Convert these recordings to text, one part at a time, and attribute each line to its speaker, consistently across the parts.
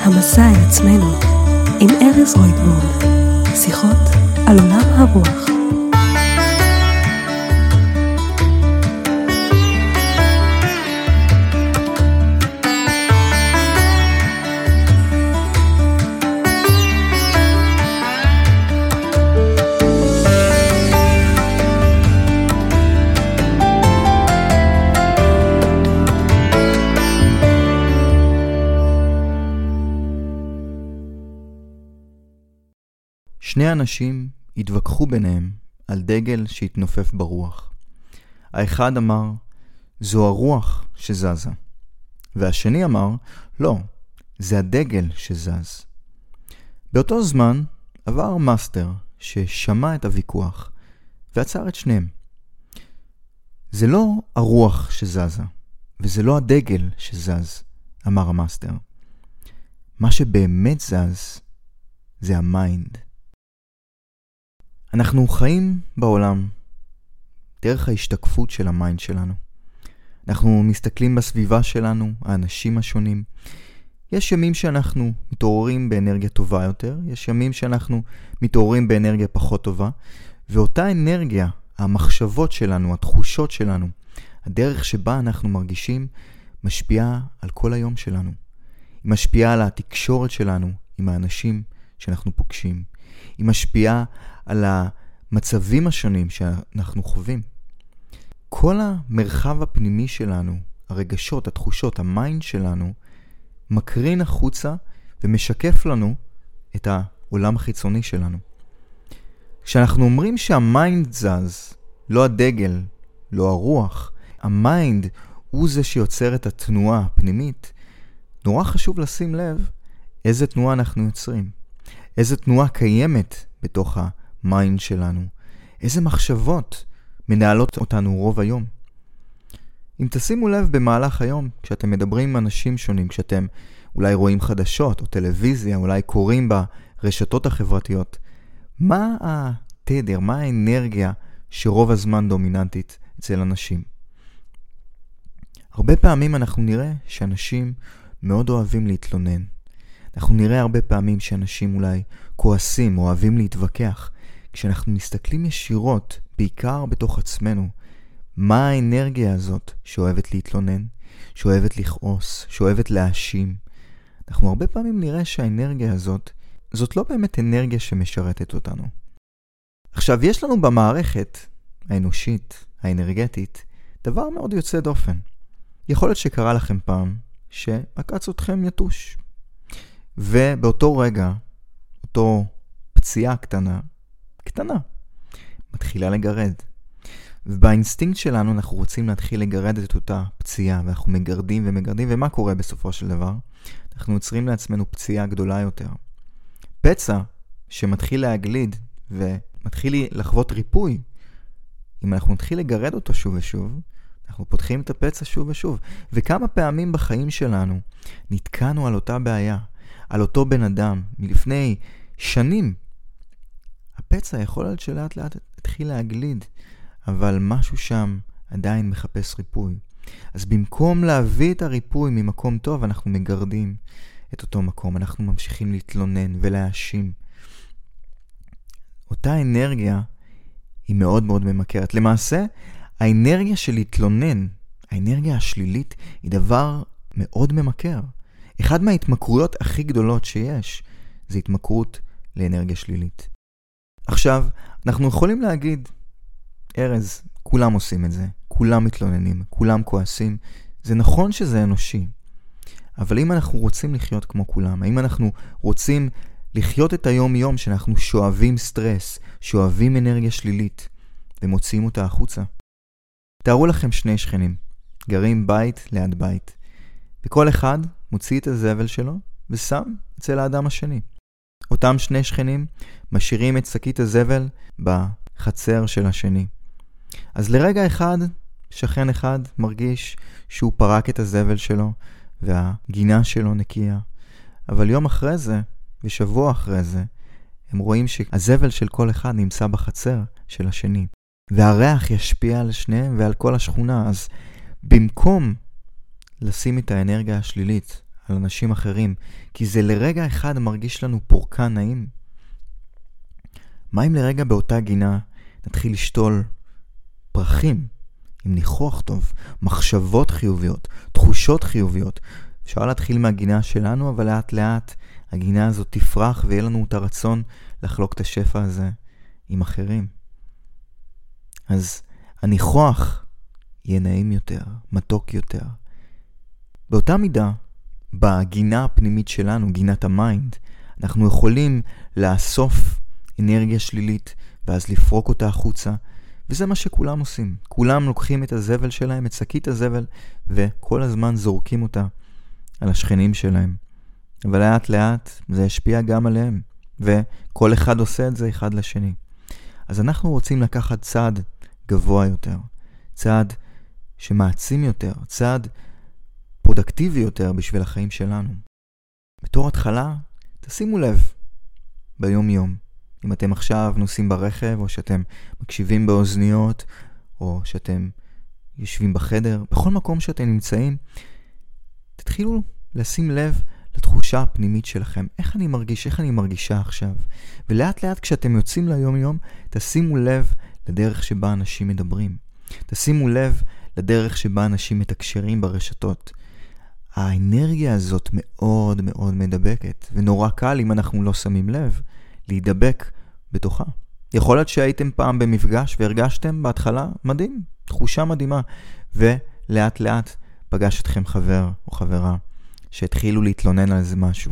Speaker 1: המסע אל עצמנו עם ארז רויטבורן. שיחות על עולם הרוח.
Speaker 2: שני אנשים התווכחו ביניהם על דגל שהתנופף ברוח. האחד אמר, זו הרוח שזזה. והשני אמר, לא, זה הדגל שזז. באותו זמן עבר מאסטר ששמע את הוויכוח ועצר את שניהם. זה לא הרוח שזזה, וזה לא הדגל שזז, אמר המאסטר. מה שבאמת זז זה המיינד. אנחנו חיים בעולם דרך ההשתקפות של המיינד שלנו. אנחנו מסתכלים בסביבה שלנו, האנשים השונים. יש ימים שאנחנו מתעוררים באנרגיה טובה יותר, יש ימים שאנחנו מתעוררים באנרגיה פחות טובה, ואותה אנרגיה, המחשבות שלנו, התחושות שלנו, הדרך שבה אנחנו מרגישים, משפיעה על כל היום שלנו. היא משפיעה על התקשורת שלנו עם האנשים שאנחנו פוגשים. היא משפיעה על המצבים השונים שאנחנו חווים. כל המרחב הפנימי שלנו, הרגשות, התחושות, המיינד שלנו, מקרין החוצה ומשקף לנו את העולם החיצוני שלנו. כשאנחנו אומרים שהמיינד זז, לא הדגל, לא הרוח, המיינד הוא זה שיוצר את התנועה הפנימית, נורא חשוב לשים לב איזה תנועה אנחנו יוצרים. איזה תנועה קיימת בתוך המיינד שלנו. איזה מחשבות מנהלות אותנו רוב היום. אם תשימו לב במהלך היום, כשאתם מדברים עם אנשים שונים, כשאתם אולי רואים חדשות או טלוויזיה, אולי קוראים ברשתות החברתיות, מה התדר, מה האנרגיה שרוב הזמן דומיננטית אצל אנשים? הרבה פעמים אנחנו נראה שאנשים מאוד אוהבים להתלונן. אנחנו נראה הרבה פעמים שאנשים אולי כועסים, אוהבים להתווכח. כשאנחנו מסתכלים ישירות, בעיקר בתוך עצמנו, מה האנרגיה הזאת שאוהבת להתלונן, שאוהבת לכעוס, שאוהבת להאשים. אנחנו הרבה פעמים נראה שהאנרגיה הזאת, זאת לא באמת אנרגיה שמשרתת אותנו. עכשיו, יש לנו במערכת האנושית, האנרגטית, דבר מאוד יוצא דופן. יכול להיות שקרה לכם פעם שעקץ אתכם יתוש. ובאותו רגע, אותו פציעה קטנה, מתחילה לגרד. ובאינסטינקט שלנו אנחנו רוצים להתחיל לגרד את אותה פציעה, ואנחנו מגרדים ומגרדים, ומה קורה בסופו של דבר? אנחנו יוצרים לעצמנו פציעה גדולה יותר. פצע שמתחיל להגליד ומתחיל לחוות ריפוי, אם אנחנו נתחיל לגרד אותו שוב ושוב, אנחנו פותחים את הפצע שוב ושוב. וכמה פעמים בחיים שלנו נתקענו על אותה בעיה, על אותו בן אדם, מלפני שנים. הפצע יכול להיות שלאט לאט התחיל להגליד, אבל משהו שם עדיין מחפש ריפוי. אז במקום להביא את הריפוי ממקום טוב, אנחנו מגרדים את אותו מקום. אנחנו ממשיכים להתלונן ולהאשים. אותה אנרגיה היא מאוד מאוד ממכרת. למעשה, האנרגיה של להתלונן, האנרגיה השלילית, היא דבר מאוד ממכר. אחד מההתמכרויות הכי גדולות שיש, זה התמכרות לאנרגיה שלילית. עכשיו, אנחנו יכולים להגיד, ארז, כולם עושים את זה, כולם מתלוננים, כולם כועסים. זה נכון שזה אנושי, אבל אם אנחנו רוצים לחיות כמו כולם, האם אנחנו רוצים לחיות את היום-יום שאנחנו שואבים סטרס, שואבים אנרגיה שלילית, ומוציאים אותה החוצה? תארו לכם שני שכנים, גרים בית ליד בית, וכל אחד מוציא את הזבל שלו ושם אצל האדם השני. אותם שני שכנים משאירים את שקית הזבל בחצר של השני. אז לרגע אחד, שכן אחד מרגיש שהוא פרק את הזבל שלו והגינה שלו נקייה. אבל יום אחרי זה ושבוע אחרי זה, הם רואים שהזבל של כל אחד נמצא בחצר של השני. והריח ישפיע על שניהם ועל כל השכונה. אז במקום לשים את האנרגיה השלילית, על אנשים אחרים, כי זה לרגע אחד מרגיש לנו פורקן נעים. מה אם לרגע באותה גינה נתחיל לשתול פרחים עם ניחוח טוב, מחשבות חיוביות, תחושות חיוביות? אפשר להתחיל מהגינה שלנו, אבל לאט לאט הגינה הזאת תפרח ויהיה לנו את הרצון לחלוק את השפע הזה עם אחרים. אז הניחוח יהיה נעים יותר, מתוק יותר. באותה מידה, בגינה הפנימית שלנו, גינת המיינד, אנחנו יכולים לאסוף אנרגיה שלילית ואז לפרוק אותה החוצה, וזה מה שכולם עושים. כולם לוקחים את הזבל שלהם, את שקית הזבל, וכל הזמן זורקים אותה על השכנים שלהם. אבל לאט לאט זה ישפיע גם עליהם, וכל אחד עושה את זה אחד לשני. אז אנחנו רוצים לקחת צעד גבוה יותר, צעד שמעצים יותר, צעד פרודקטיבי יותר בשביל החיים שלנו. בתור התחלה, תשימו לב ביום יום. אם אתם עכשיו נוסעים ברכב, או שאתם מקשיבים באוזניות, או שאתם יושבים בחדר, בכל מקום שאתם נמצאים, תתחילו לשים לב לתחושה הפנימית שלכם. איך אני מרגיש, איך אני מרגישה עכשיו. ולאט לאט כשאתם יוצאים ליום יום, תשימו לב לדרך שבה אנשים מדברים. תשימו לב לדרך שבה אנשים מתקשרים ברשתות. האנרגיה הזאת מאוד מאוד מדבקת, ונורא קל אם אנחנו לא שמים לב, להידבק בתוכה. יכול להיות שהייתם פעם במפגש והרגשתם בהתחלה מדהים, תחושה מדהימה, ולאט לאט פגש אתכם חבר או חברה שהתחילו להתלונן על איזה משהו.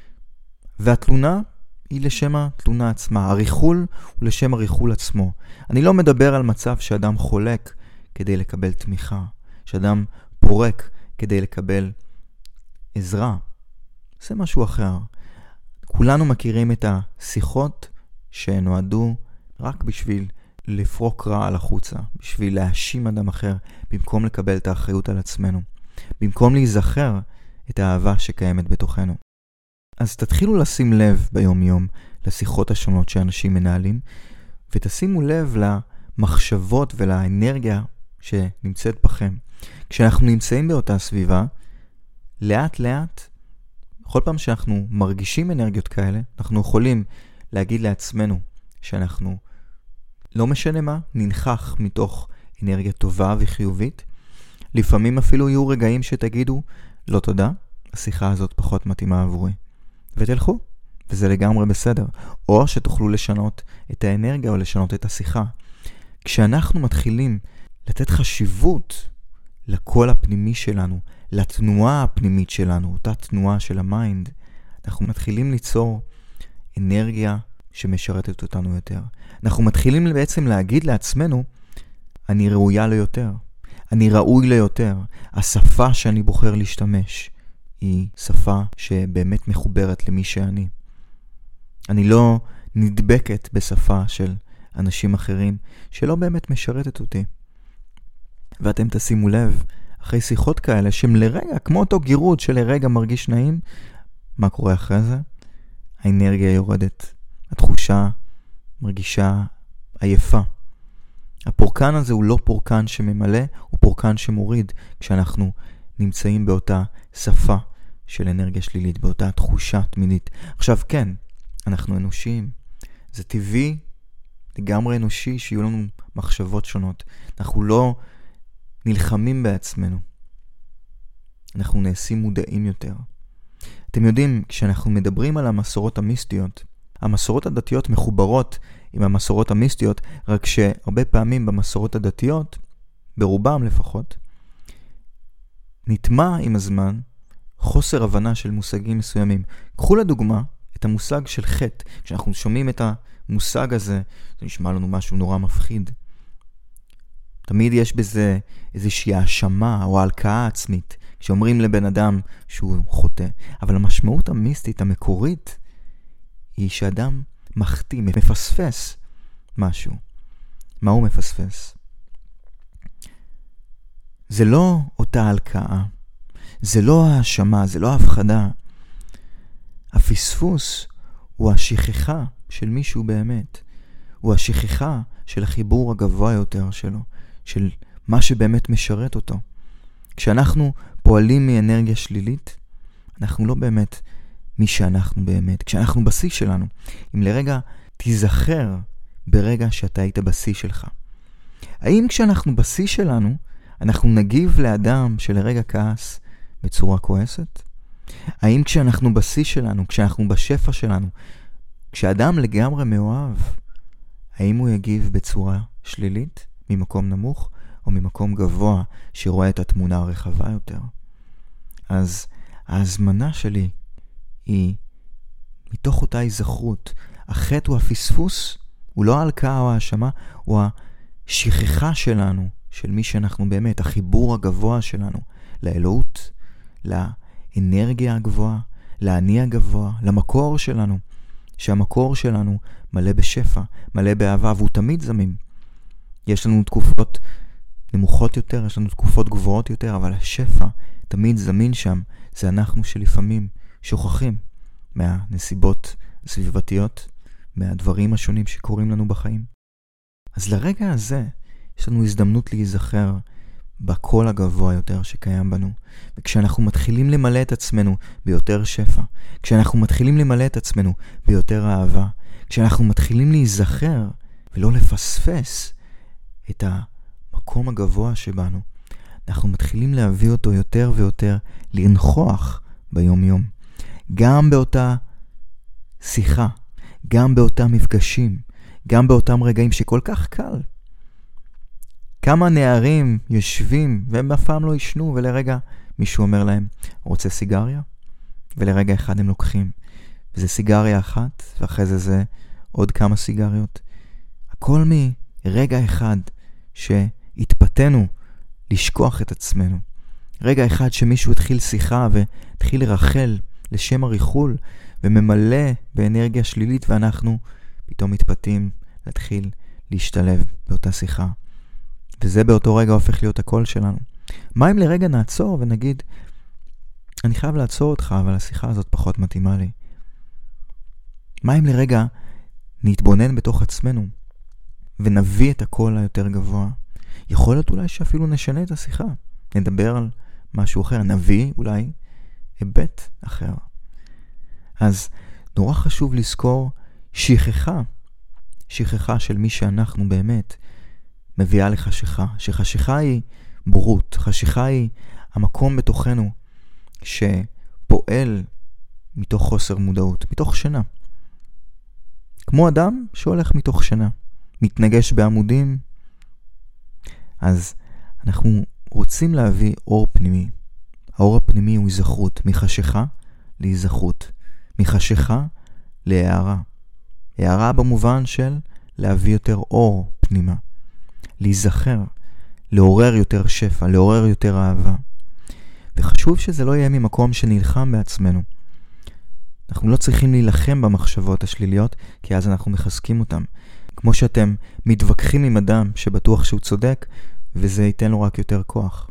Speaker 2: והתלונה היא לשם התלונה עצמה. הריחול הוא לשם הריחול עצמו. אני לא מדבר על מצב שאדם חולק כדי לקבל תמיכה, שאדם פורק כדי לקבל עזרה. זה משהו אחר. כולנו מכירים את השיחות שנועדו רק בשביל לפרוק רע על החוצה, בשביל להאשים אדם אחר, במקום לקבל את האחריות על עצמנו, במקום להיזכר את האהבה שקיימת בתוכנו. אז תתחילו לשים לב ביום יום לשיחות השונות שאנשים מנהלים, ותשימו לב למחשבות ולאנרגיה שנמצאת בכם. כשאנחנו נמצאים באותה סביבה, לאט לאט, כל פעם שאנחנו מרגישים אנרגיות כאלה, אנחנו יכולים להגיד לעצמנו שאנחנו, לא משנה מה, ננחח מתוך אנרגיה טובה וחיובית. לפעמים אפילו יהיו רגעים שתגידו, לא תודה, השיחה הזאת פחות מתאימה עבורי. ותלכו, וזה לגמרי בסדר. או שתוכלו לשנות את האנרגיה או לשנות את השיחה. כשאנחנו מתחילים לתת חשיבות לקול הפנימי שלנו, לתנועה הפנימית שלנו, אותה תנועה של המיינד, אנחנו מתחילים ליצור אנרגיה שמשרתת אותנו יותר. אנחנו מתחילים בעצם להגיד לעצמנו, אני ראויה ליותר, אני ראוי ליותר. השפה שאני בוחר להשתמש היא שפה שבאמת מחוברת למי שאני. אני לא נדבקת בשפה של אנשים אחרים שלא באמת משרתת אותי. ואתם תשימו לב, אחרי שיחות כאלה שהם לרגע, כמו אותו גירוד שלרגע מרגיש נעים, מה קורה אחרי זה? האנרגיה יורדת, התחושה מרגישה עייפה. הפורקן הזה הוא לא פורקן שממלא, הוא פורקן שמוריד כשאנחנו נמצאים באותה שפה של אנרגיה שלילית, באותה תחושה תמידית. עכשיו כן, אנחנו אנושיים. זה טבעי, לגמרי אנושי, שיהיו לנו מחשבות שונות. אנחנו לא נלחמים בעצמנו. אנחנו נעשים מודעים יותר. אתם יודעים, כשאנחנו מדברים על המסורות המיסטיות, המסורות הדתיות מחוברות עם המסורות המיסטיות, רק שהרבה פעמים במסורות הדתיות, ברובם לפחות, נטמע עם הזמן חוסר הבנה של מושגים מסוימים. קחו לדוגמה את המושג של חטא. כשאנחנו שומעים את המושג הזה, זה נשמע לנו משהו נורא מפחיד. תמיד יש בזה איזושהי האשמה או הלקאה עצמית, כשאומרים לבן אדם שהוא חוטא. אבל המשמעות המיסטית המקורית היא שאדם מחטיא, מפספס משהו. מה הוא מפספס? זה לא אותה הלקאה, זה לא האשמה, זה לא ההפחדה. הפספוס הוא השכחה של מישהו באמת. הוא השכחה של החיבור הגבוה יותר שלו, של מה שבאמת משרת אותו. כשאנחנו פועלים מאנרגיה שלילית, אנחנו לא באמת מי שאנחנו באמת. כשאנחנו בשיא שלנו, אם לרגע תיזכר ברגע שאתה היית בשיא שלך. האם כשאנחנו בשיא שלנו, אנחנו נגיב לאדם שלרגע כעס בצורה כועסת? האם כשאנחנו בשיא שלנו, כשאנחנו בשפע שלנו, כשאדם לגמרי מאוהב, האם הוא יגיב בצורה שלילית, ממקום נמוך, או ממקום גבוה שרואה את התמונה הרחבה יותר? אז ההזמנה שלי היא מתוך אותה היזכרות. החטא הוא הפספוס, הוא לא ההלקאה או ההאשמה, הוא השכחה שלנו, של מי שאנחנו באמת, החיבור הגבוה שלנו, לאלוהות, לאנרגיה הגבוהה, לאני הגבוה, למקור שלנו, שהמקור שלנו מלא בשפע, מלא באהבה, והוא תמיד זמין. יש לנו תקופות נמוכות יותר, יש לנו תקופות גבוהות יותר, אבל השפע תמיד זמין שם. זה אנחנו שלפעמים שוכחים מהנסיבות הסביבתיות, מהדברים השונים שקורים לנו בחיים. אז לרגע הזה יש לנו הזדמנות להיזכר בקול הגבוה יותר שקיים בנו. וכשאנחנו מתחילים למלא את עצמנו ביותר שפע, כשאנחנו מתחילים למלא את עצמנו ביותר אהבה, כשאנחנו מתחילים להיזכר ולא לפספס את המקום הגבוה שבנו, אנחנו מתחילים להביא אותו יותר ויותר לנכוח ביום יום. גם באותה שיחה, גם באותם מפגשים, גם באותם רגעים שכל כך קל. כמה נערים יושבים והם אף פעם לא ישנו, ולרגע מישהו אומר להם, רוצה סיגריה? ולרגע אחד הם לוקחים. וזה סיגריה אחת, ואחרי זה עוד כמה סיגריות. הכל מרגע אחד שהתפתנו לשכוח את עצמנו. רגע אחד שמישהו התחיל שיחה והתחיל לרחל לשם הריחול, וממלא באנרגיה שלילית, ואנחנו פתאום מתפתים להתחיל להשתלב באותה שיחה. וזה באותו רגע הופך להיות הקול שלנו. מה אם לרגע נעצור ונגיד, אני חייב לעצור אותך, אבל השיחה הזאת פחות מתאימה לי? מה אם לרגע נתבונן בתוך עצמנו ונביא את הקול היותר גבוה? יכול להיות אולי שאפילו נשנה את השיחה, נדבר על משהו אחר, נביא אולי היבט אחר. אז נורא חשוב לזכור שכחה של מי שאנחנו באמת מביאה לחשיכה. שחשיכה היא בורות, חשיכה היא המקום בתוכנו שפועל מתוך חוסר מודעות, מתוך שינה. כמו אדם שהולך מתוך שינה, מתנגש בעמודים. אז אנחנו רוצים להביא אור פנימי. האור הפנימי הוא היזכרות, מחשיכה להיזכרות, מחשיכה להארה. הארה במובן של להביא יותר אור פנימה, להיזכר, לעורר יותר שפע, לעורר יותר אהבה. וחשוב שזה לא יהיה ממקום שנלחם בעצמנו. אנחנו לא צריכים להילחם במחשבות השליליות, כי אז אנחנו מחזקים אותם. כמו שאתם מתווכחים עם אדם שבטוח שהוא צודק, וזה ייתן לו רק יותר כוח.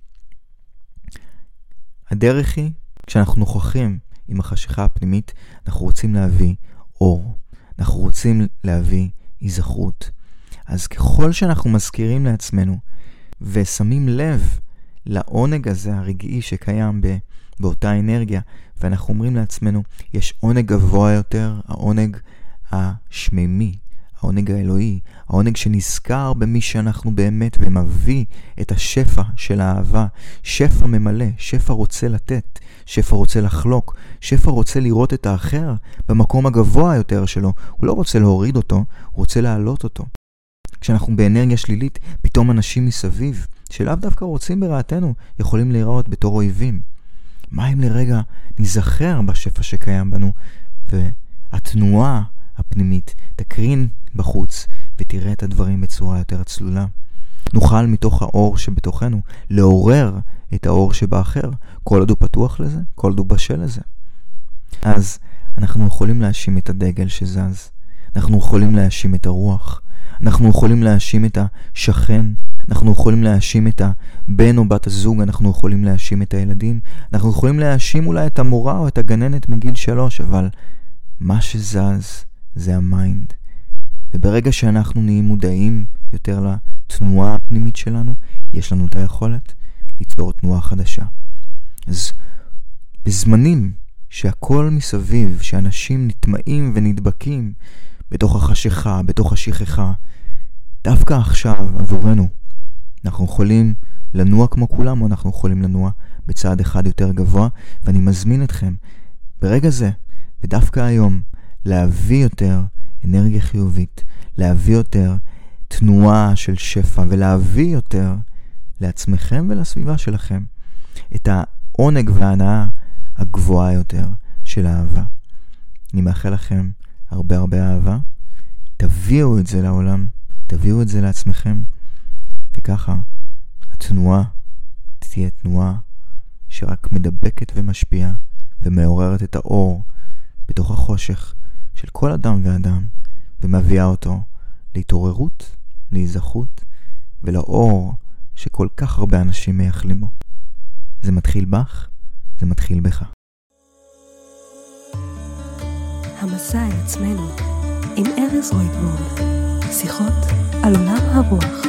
Speaker 2: הדרך היא, כשאנחנו נוכחים עם החשיכה הפנימית, אנחנו רוצים להביא אור. אנחנו רוצים להביא היזכרות. אז ככל שאנחנו מזכירים לעצמנו ושמים לב לעונג הזה הרגעי שקיים באותה אנרגיה, ואנחנו אומרים לעצמנו, יש עונג גבוה יותר, העונג השמימי, העונג האלוהי, העונג שנזכר במי שאנחנו באמת, ומביא את השפע של האהבה. שפע ממלא, שפע רוצה לתת, שפע רוצה לחלוק, שפע רוצה לראות את האחר במקום הגבוה יותר שלו. הוא לא רוצה להוריד אותו, הוא רוצה להעלות אותו. כשאנחנו באנרגיה שלילית, פתאום אנשים מסביב, שלאו דווקא רוצים ברעתנו, יכולים להיראות בתור אויבים. מה אם לרגע נזכר בשפע שקיים בנו, והתנועה הפנימית תקרין בחוץ, ותראה את הדברים בצורה יותר צלולה. נוכל מתוך האור שבתוכנו לעורר את האור שבאחר, כל עוד הוא פתוח לזה, כל עוד הוא בשל לזה. אז אנחנו יכולים להאשים את הדגל שזז, אנחנו יכולים להאשים את הרוח, אנחנו יכולים להאשים את השכן, אנחנו יכולים להאשים את הבן או בת הזוג, אנחנו יכולים להאשים את הילדים, אנחנו יכולים להאשים אולי את המורה או את הגננת מגיל 3, אבל מה שזז זה המיינד. וברגע שאנחנו נהיים מודעים יותר לתנועה הפנימית שלנו, יש לנו את היכולת ליצור תנועה חדשה. אז בזמנים שהכל מסביב, שאנשים נטמעים ונדבקים בתוך החשיכה, בתוך השכחה, דווקא עכשיו עבורנו אנחנו יכולים לנוע כמו כולם, או אנחנו יכולים לנוע בצעד אחד יותר גבוה, ואני מזמין אתכם ברגע זה, ודווקא היום, להביא יותר אנרגיה חיובית, להביא יותר תנועה של שפע, ולהביא יותר לעצמכם ולסביבה שלכם את העונג וההנאה הגבוהה יותר של האהבה. אני מאחל לכם הרבה הרבה אהבה, תביאו את זה לעולם, תביאו את זה לעצמכם, וככה התנועה תהיה תנועה שרק מדבקת ומשפיעה ומעוררת את האור בתוך החושך של כל אדם ואדם, ומביאה אותו להתעוררות, להיזכרות ולאור שכל כך הרבה אנשים מייחלים בו. זה מתחיל בך, זה מתחיל בך.
Speaker 1: המסע אל עצמנו עם ארז רויטבורג, שיחות על עולם הרוח.